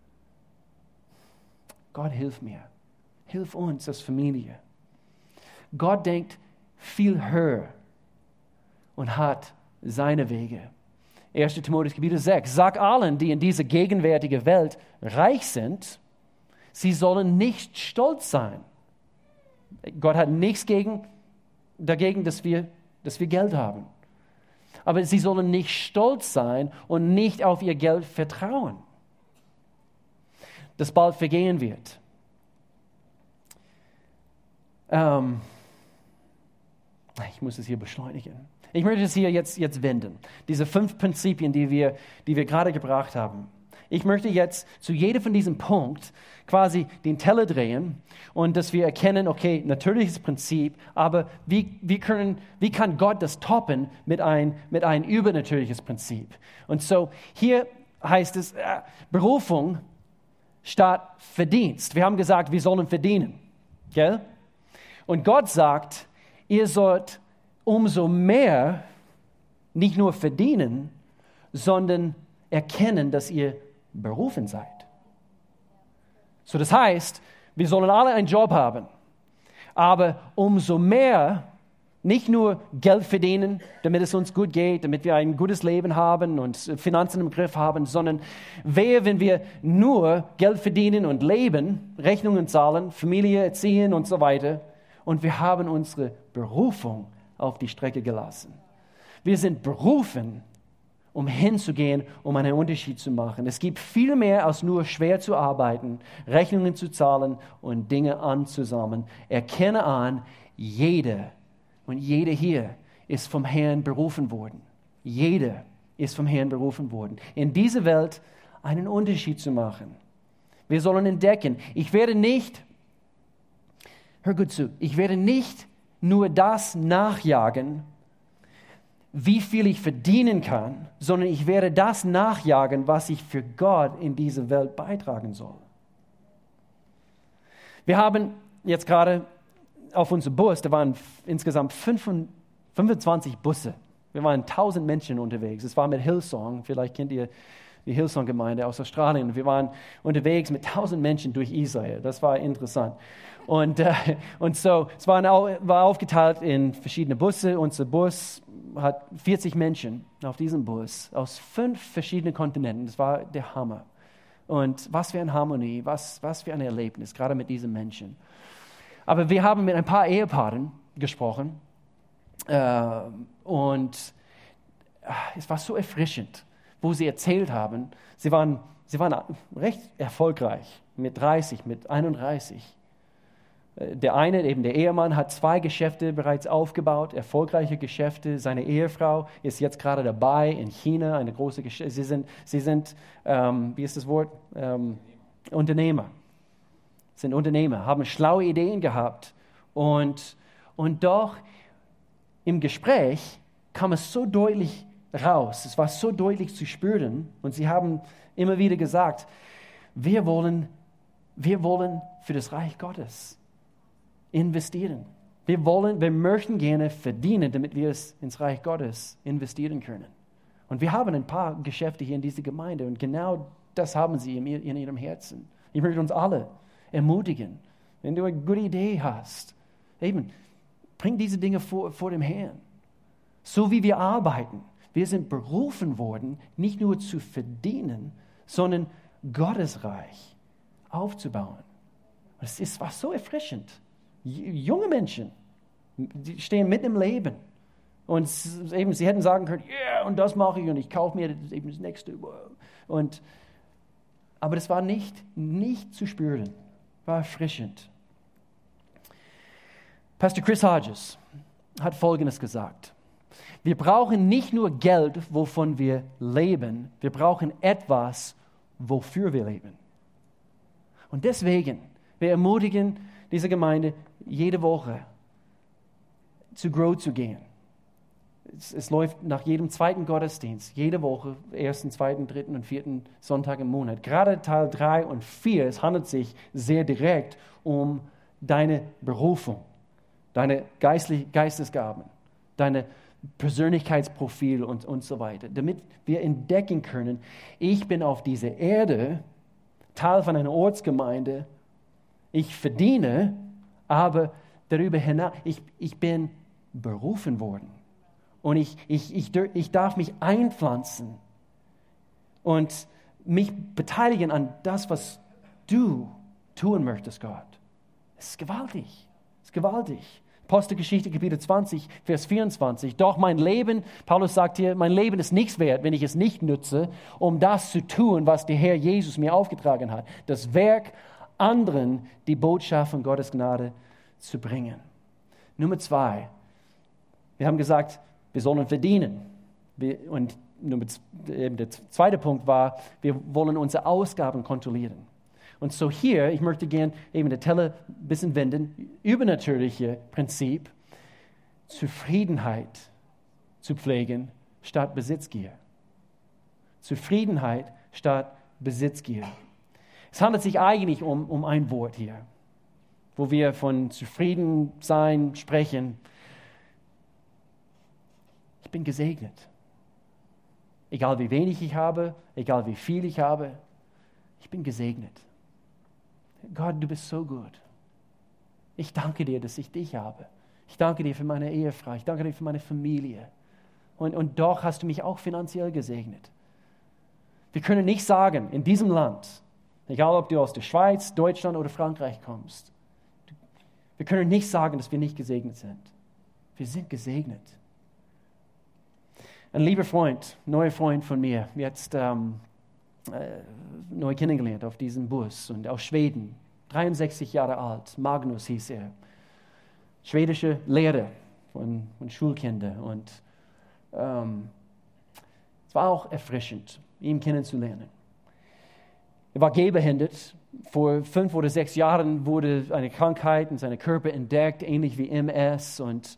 Gott, hilf mir. Hilf uns als Familie. Gott denkt viel höher und hat seine Wege. 1. Timotheus Kapitel 6. Sag allen, die in dieser gegenwärtigen Welt reich sind, sie sollen nicht stolz sein. Gott hat nichts dagegen, dass wir Geld haben. Aber sie sollen nicht stolz sein und nicht auf ihr Geld vertrauen, das bald vergehen wird. Ich muss es hier beschleunigen. Ich möchte es hier jetzt wenden. Diese 5 Prinzipien, die wir gerade gebracht haben. Ich möchte jetzt zu jedem von diesen Punkten quasi den Teller drehen und dass wir erkennen, okay, natürliches Prinzip, aber wie kann Gott das toppen mit ein übernatürliches Prinzip? Und so hier heißt es Berufung statt Verdienst. Wir haben gesagt, wir sollen verdienen. Gell? Und Gott sagt, ihr sollt umso mehr nicht nur verdienen, sondern erkennen, dass ihr berufen seid. So, das heißt, wir sollen alle einen Job haben, aber umso mehr nicht nur Geld verdienen, damit es uns gut geht, damit wir ein gutes Leben haben und Finanzen im Griff haben, sondern wehe, wenn wir nur Geld verdienen und leben, Rechnungen zahlen, Familie erziehen und so weiter, und wir haben unsere Berufung auf die Strecke gelassen. Wir sind berufen, um hinzugehen, um einen Unterschied zu machen. Es gibt viel mehr als nur schwer zu arbeiten, Rechnungen zu zahlen und Dinge anzusammeln. Erkenne an, jeder und jede hier ist vom Herrn berufen worden. Jeder ist vom Herrn berufen worden, in dieser Welt einen Unterschied zu machen. Wir sollen entdecken, hör gut zu, ich werde nicht nur das nachjagen, wie viel ich verdienen kann, sondern ich werde das nachjagen, was ich für Gott in diese Welt beitragen soll. Wir haben jetzt gerade auf unserem Bus, da waren insgesamt 25 Busse. Wir waren 1000 Menschen unterwegs. Es war mit Hillsong, vielleicht kennt ihr die Hillsong-Gemeinde aus Australien. Wir waren unterwegs mit 1000 Menschen durch Israel. Das war interessant. Und so, es war aufgeteilt in verschiedene Busse. Unser Bus hat 40 Menschen auf diesem Bus aus 5 verschiedenen Kontinenten. Das war der Hammer. Und was für eine Harmonie, was für ein Erlebnis, gerade mit diesen Menschen. Aber wir haben mit ein paar Ehepaaren gesprochen und es war so erfrischend, wo sie erzählt haben, sie waren Sie waren recht erfolgreich mit 30, mit 31. Der eine, eben der Ehemann, hat 2 Geschäfte bereits aufgebaut, erfolgreiche Geschäfte. Seine Ehefrau ist jetzt gerade dabei, in China eine große Geschäfte. Sie sind wie ist das Wort? Unternehmer. Sind Unternehmer, haben schlaue Ideen gehabt. Und doch im Gespräch kam es so deutlich raus, es war so deutlich zu spüren. Und sie haben immer wieder gesagt, wir wollen für das Reich Gottes investieren. Wir möchten gerne verdienen, damit wir es ins Reich Gottes investieren können. Und wir haben ein paar Geschäfte hier in dieser Gemeinde und genau das haben sie in ihrem Herzen. Ich möchte uns alle ermutigen, wenn du eine gute Idee hast, eben, bring diese Dinge vor dem Herrn. So wie wir arbeiten. Wir sind berufen worden, nicht nur zu verdienen, sondern Gottes Reich aufzubauen. Es war so erfrischend. Junge Menschen, die stehen mitten im Leben. Und eben, sie hätten sagen können, ja, und das mache ich und ich kaufe mir eben das nächste. Aber das war nicht zu spüren, war erfrischend. Pastor Chris Hodges hat Folgendes gesagt. Wir brauchen nicht nur Geld, wovon wir leben, wir brauchen etwas, wofür wir leben. Und deswegen, wir ermutigen diese Gemeinde, jede Woche zu Grow zu gehen. Es läuft nach jedem 2. Gottesdienst, jede Woche, 1., 2., 3. und 4. Sonntag im Monat. Gerade Teil 3 und 4, es handelt sich sehr direkt um deine Berufung, deine Geistesgaben, deine Persönlichkeitsprofil und so weiter, damit wir entdecken können, ich bin auf dieser Erde Teil von einer Ortsgemeinde, ich verdiene, aber darüber hinaus, ich bin berufen worden und ich darf mich einpflanzen und mich beteiligen an das, was du tun möchtest, Gott. Es ist gewaltig, es ist gewaltig. Apostelgeschichte, Kapitel 20, Vers 24. Doch mein Leben, Paulus sagt hier, mein Leben ist nichts wert, wenn ich es nicht nutze, um das zu tun, was der Herr Jesus mir aufgetragen hat. Das Werk, anderen die Botschaft von Gottes Gnade zu bringen. Nummer 2. Wir haben gesagt, wir sollen verdienen. Und der zweite Punkt war, wir wollen unsere Ausgaben kontrollieren. Und so hier, ich möchte gerne eben den Teller ein bisschen wenden, übernatürliche Prinzip, Zufriedenheit zu pflegen statt Besitzgier. Zufriedenheit statt Besitzgier. Es handelt sich eigentlich um ein Wort hier, wo wir von Zufriedensein sprechen. Ich bin gesegnet. Egal wie wenig ich habe, egal wie viel ich habe, ich bin gesegnet. Gott, du bist so gut. Ich danke dir, dass ich dich habe. Ich danke dir für meine Ehefrau. Ich danke dir für meine Familie. Und doch hast du mich auch finanziell gesegnet. Wir können nicht sagen, in diesem Land, egal ob du aus der Schweiz, Deutschland oder Frankreich kommst, wir können nicht sagen, dass wir nicht gesegnet sind. Wir sind gesegnet. Ein lieber Freund, neuer Freund von mir, jetzt neu kennengelernt auf diesem Bus und aus Schweden, 63 Jahre alt, Magnus hieß er, schwedische Lehrer von Schulkindern und es war auch erfrischend, ihn kennenzulernen. Er war gehbehindert. Vor 5 oder 6 Jahren wurde eine Krankheit in seinem Körper entdeckt, ähnlich wie MS und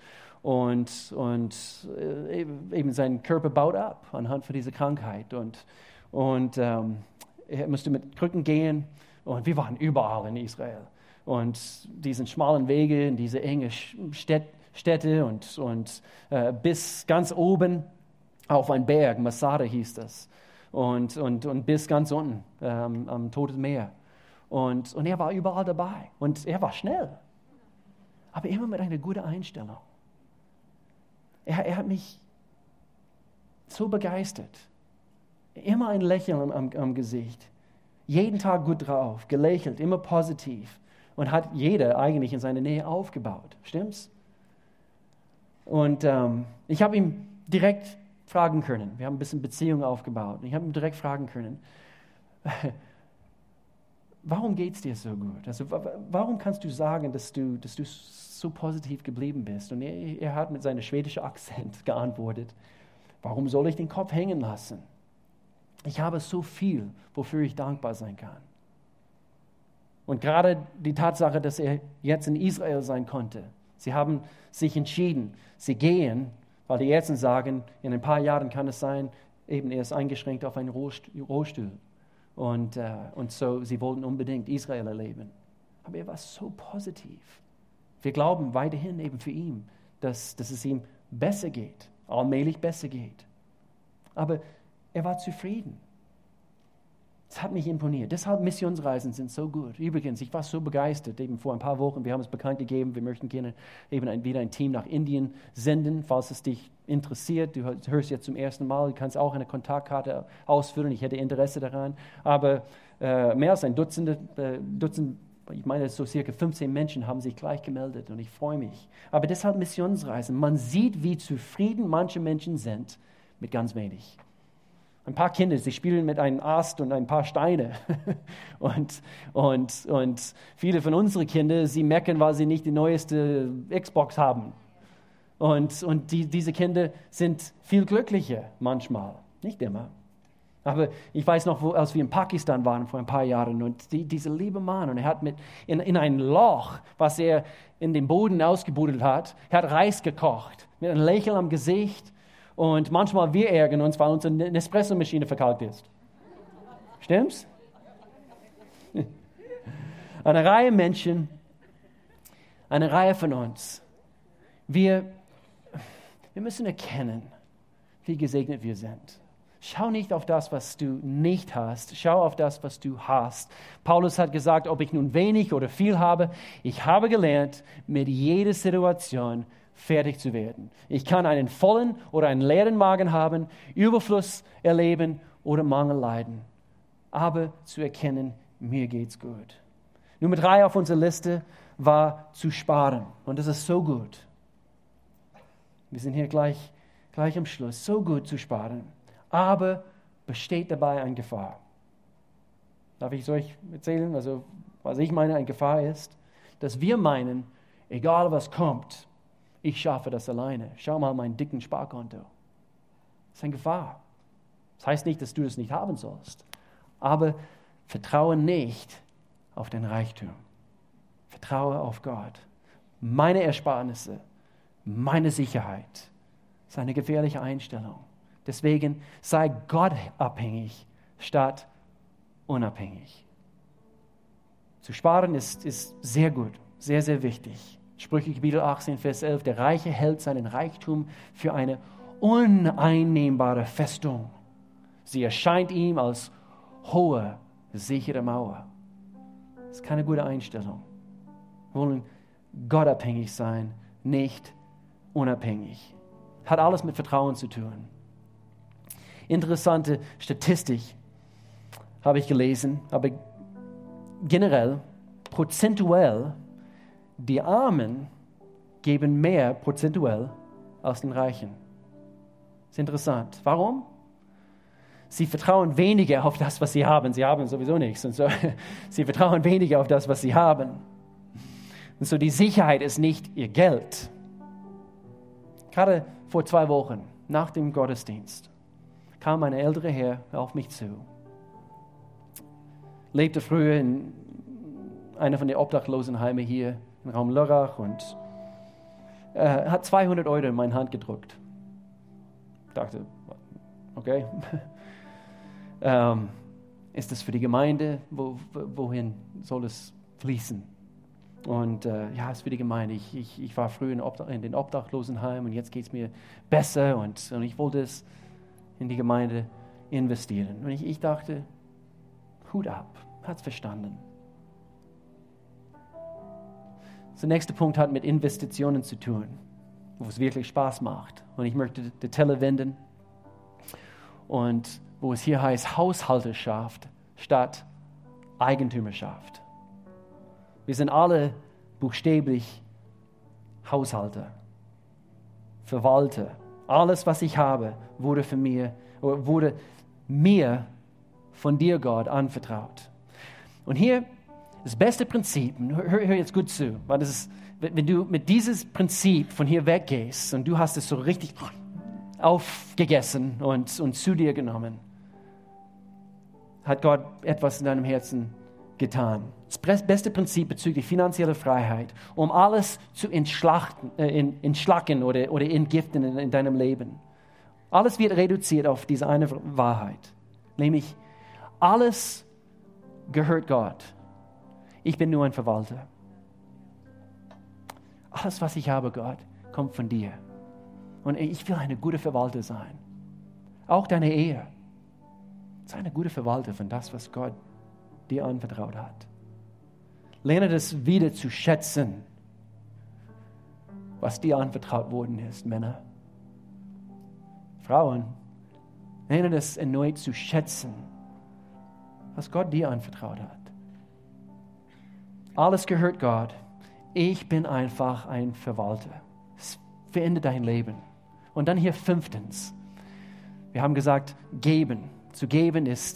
eben sein Körper baut ab anhand von dieser Krankheit und er musste mit Krücken gehen und wir waren überall in Israel und diesen schmalen Wege in diese enge Städte und bis ganz oben auf einen Berg, Masada hieß das und bis ganz unten am Toten Meer und er war überall dabei und er war schnell, aber immer mit einer guten Einstellung. Er hat mich so begeistert. Immer ein Lächeln am Gesicht. Jeden Tag gut drauf, gelächelt, immer positiv. Und hat jeder eigentlich in seiner Nähe aufgebaut. Stimmt's? Und ich habe ihn direkt fragen können. Wir haben ein bisschen Beziehung aufgebaut. Ich habe ihn direkt fragen können, warum geht es dir so gut? Also, warum kannst du sagen, dass du so positiv geblieben bist? Und er hat mit seinem schwedischen Akzent geantwortet, warum soll ich den Kopf hängen lassen? Ich habe so viel, wofür ich dankbar sein kann. Und gerade die Tatsache, dass er jetzt in Israel sein konnte. Sie haben sich entschieden, sie gehen, weil die Ärzte sagen, in ein paar Jahren kann es sein, eben er ist eingeschränkt auf einen Rollstuhl. Und so, sie wollten unbedingt Israel erleben. Aber er war so positiv. Wir glauben weiterhin eben für ihn, dass es ihm besser geht, allmählich besser geht. Aber er war zufrieden. Das hat mich imponiert. Deshalb Missionsreisen sind so gut. Übrigens, ich war so begeistert, eben vor ein paar Wochen, wir haben es bekannt gegeben, wir möchten gerne eben wieder ein Team nach Indien senden, falls es dich interessiert. Du hörst jetzt zum ersten Mal, du kannst auch eine Kontaktkarte ausfüllen, ich hätte Interesse daran. Aber mehr als ein Dutzend, ich meine, so circa 15 Menschen haben sich gleich gemeldet und ich freue mich. Aber deshalb Missionsreisen. Man sieht, wie zufrieden manche Menschen sind mit ganz wenig. Ein paar Kinder, sie spielen mit einem Ast und ein paar Steine. und viele von unseren Kindern, sie meckern, weil sie nicht die neueste Xbox haben. Und diese Kinder sind viel glücklicher manchmal, nicht immer. Aber ich weiß noch, als wir in Pakistan waren vor ein paar Jahren und dieser liebe Mann, und er hat in ein Loch, was er in den Boden ausgebuddelt hat, er hat Reis gekocht, mit einem Lächeln am Gesicht. Und manchmal wir ärgern uns, weil unsere Nespresso-Maschine verkalkt ist. Stimmt's? Eine Reihe Menschen, eine Reihe von uns, wir müssen erkennen, wie gesegnet wir sind. Schau nicht auf das, was du nicht hast. Schau auf das, was du hast. Paulus hat gesagt, ob ich nun wenig oder viel habe, ich habe gelernt, mit jeder Situation fertig zu werden. Ich kann einen vollen oder einen leeren Magen haben, Überfluss erleben oder Mangel leiden. Aber zu erkennen, mir geht's gut. Nummer 3 auf unserer Liste war zu sparen. Und das ist so gut. Wir sind hier gleich am Schluss. So gut zu sparen. Aber besteht dabei eine Gefahr. Darf ich es euch erzählen? Also, was ich meine, eine Gefahr ist, dass wir meinen, egal was kommt, ich schaffe das alleine. Schau mal mein dicken Sparkonto. Das ist eine Gefahr. Das heißt nicht, dass du es nicht haben sollst. Aber vertraue nicht auf den Reichtum. Vertraue auf Gott. Meine Ersparnisse, meine Sicherheit. Das ist eine gefährliche Einstellung. Deswegen sei Gott abhängig statt unabhängig. Zu sparen ist sehr gut, sehr, sehr wichtig. Sprüche Kapitel 18, Vers 11. Der Reiche hält seinen Reichtum für eine uneinnehmbare Festung. Sie erscheint ihm als hohe, sichere Mauer. Das ist keine gute Einstellung. Wir wollen gottabhängig sein, nicht unabhängig. Hat alles mit Vertrauen zu tun. Interessante Statistik habe ich gelesen, aber generell, prozentuell, die Armen geben mehr prozentuell als den Reichen. Das ist interessant. Warum? Sie vertrauen weniger auf das, was sie haben. Sie haben sowieso nichts. Und so, sie vertrauen weniger auf das, was sie haben. Und so die Sicherheit ist nicht ihr Geld. Gerade vor 2 Wochen, nach dem Gottesdienst, kam ein älterer Herr auf mich zu. Lebte früher in einer von den Obdachlosenheimen hier im Raum Lörrach und hat 200 € in meine Hand gedrückt. Ich dachte, okay, ist das für die Gemeinde? Wohin soll es fließen? Und ja, es ist für die Gemeinde. Ich war früher in den Obdachlosenheim und jetzt geht es mir besser und ich wollte es in die Gemeinde investieren. Und ich dachte, Hut ab, hat es verstanden. Der nächste Punkt hat mit Investitionen zu tun, wo es wirklich Spaß macht. Und ich möchte die Teller wenden und wo es hier heißt Haushalterschaft statt Eigentümerschaft. Wir sind alle buchstäblich Haushalter, Verwalter. Alles, was ich habe, wurde mir von dir, Gott, anvertraut. Und hier das beste Prinzip, hör jetzt gut zu, weil das ist, wenn du mit dieses Prinzip von hier weggehst und du hast es so richtig aufgegessen und zu dir genommen, hat Gott etwas in deinem Herzen getan. Das beste Prinzip bezüglich finanzieller Freiheit, um alles zu entschlacken oder entgiften in deinem Leben. Alles wird reduziert auf diese eine Wahrheit, nämlich alles gehört Gott. Ich bin nur ein Verwalter. Alles, was ich habe, Gott, kommt von dir. Und ich will eine gute Verwalter sein. Auch deine Ehe. Sei eine gute Verwalter von das, was Gott dir anvertraut hat. Lerne das wieder zu schätzen, was dir anvertraut worden ist, Männer. Frauen, lerne das erneut zu schätzen, was Gott dir anvertraut hat. Alles gehört Gott. Ich bin einfach ein Verwalter. Es verändert dein Leben. Und dann hier 5. Wir haben gesagt, geben. Zu geben es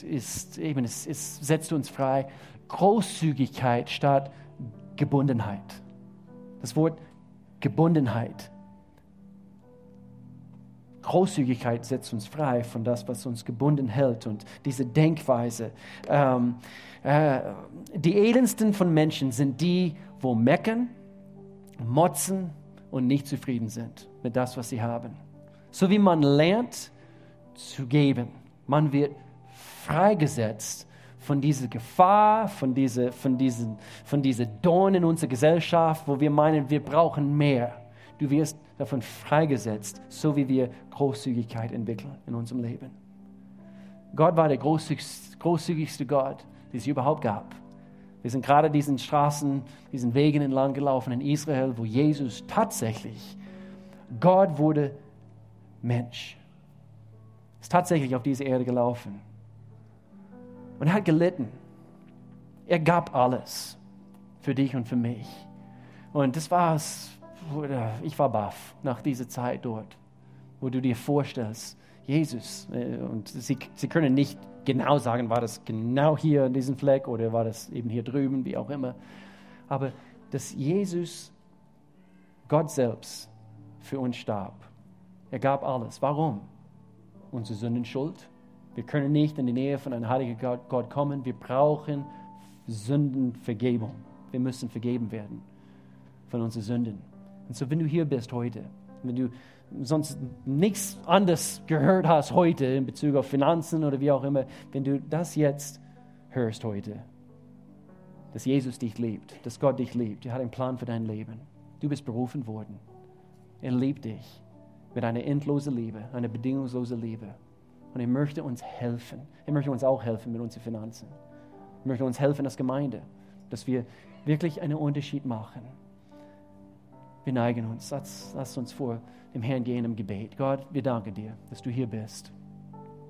setzt uns frei. Großzügigkeit statt Gebundenheit. Das Wort Gebundenheit. Großzügigkeit setzt uns frei von das, was uns gebunden hält. Und diese Denkweise. Die elendsten von Menschen sind die, wo meckern, motzen und nicht zufrieden sind mit das, was sie haben. So wie man lernt zu geben. Man wird freigesetzt von dieser Gefahr, von dieser Dorn in unserer Gesellschaft, wo wir meinen, wir brauchen mehr. Du wirst davon freigesetzt, so wie wir Großzügigkeit entwickeln in unserem Leben. Gott war der großzügigste Gott, den es überhaupt gab. Wir sind gerade diesen Straßen, diesen Wegen entlang gelaufen in Israel, wo Jesus tatsächlich, Gott wurde Mensch. Ist tatsächlich auf diese Erde gelaufen. Und er hat gelitten. Er gab alles für dich und für mich. Und das war's. Ich war baff nach dieser Zeit dort, wo du dir vorstellst, Jesus, und sie können nicht genau sagen, war das genau hier in diesem Fleck oder war das eben hier drüben, wie auch immer. Aber dass Jesus, Gott selbst, für uns starb. Er gab alles. Warum? Unsere Sündenschuld. Wir können nicht in die Nähe von einem heiligen Gott kommen. Wir brauchen Sündenvergebung. Wir müssen vergeben werden von unseren Sünden. Und so, wenn du hier bist heute, wenn du sonst nichts anderes gehört hast heute in Bezug auf Finanzen oder wie auch immer, wenn du das jetzt hörst heute, dass Jesus dich liebt, dass Gott dich liebt, er hat einen Plan für dein Leben. Du bist berufen worden. Er liebt dich mit einer endlosen Liebe, einer bedingungslosen Liebe. Und er möchte uns helfen. Er möchte uns auch helfen mit unseren Finanzen. Er möchte uns helfen als Gemeinde, dass wir wirklich einen Unterschied machen. Wir neigen uns. Lass uns vor dem Herrn gehen im Gebet. Gott, wir danken dir, dass du hier bist.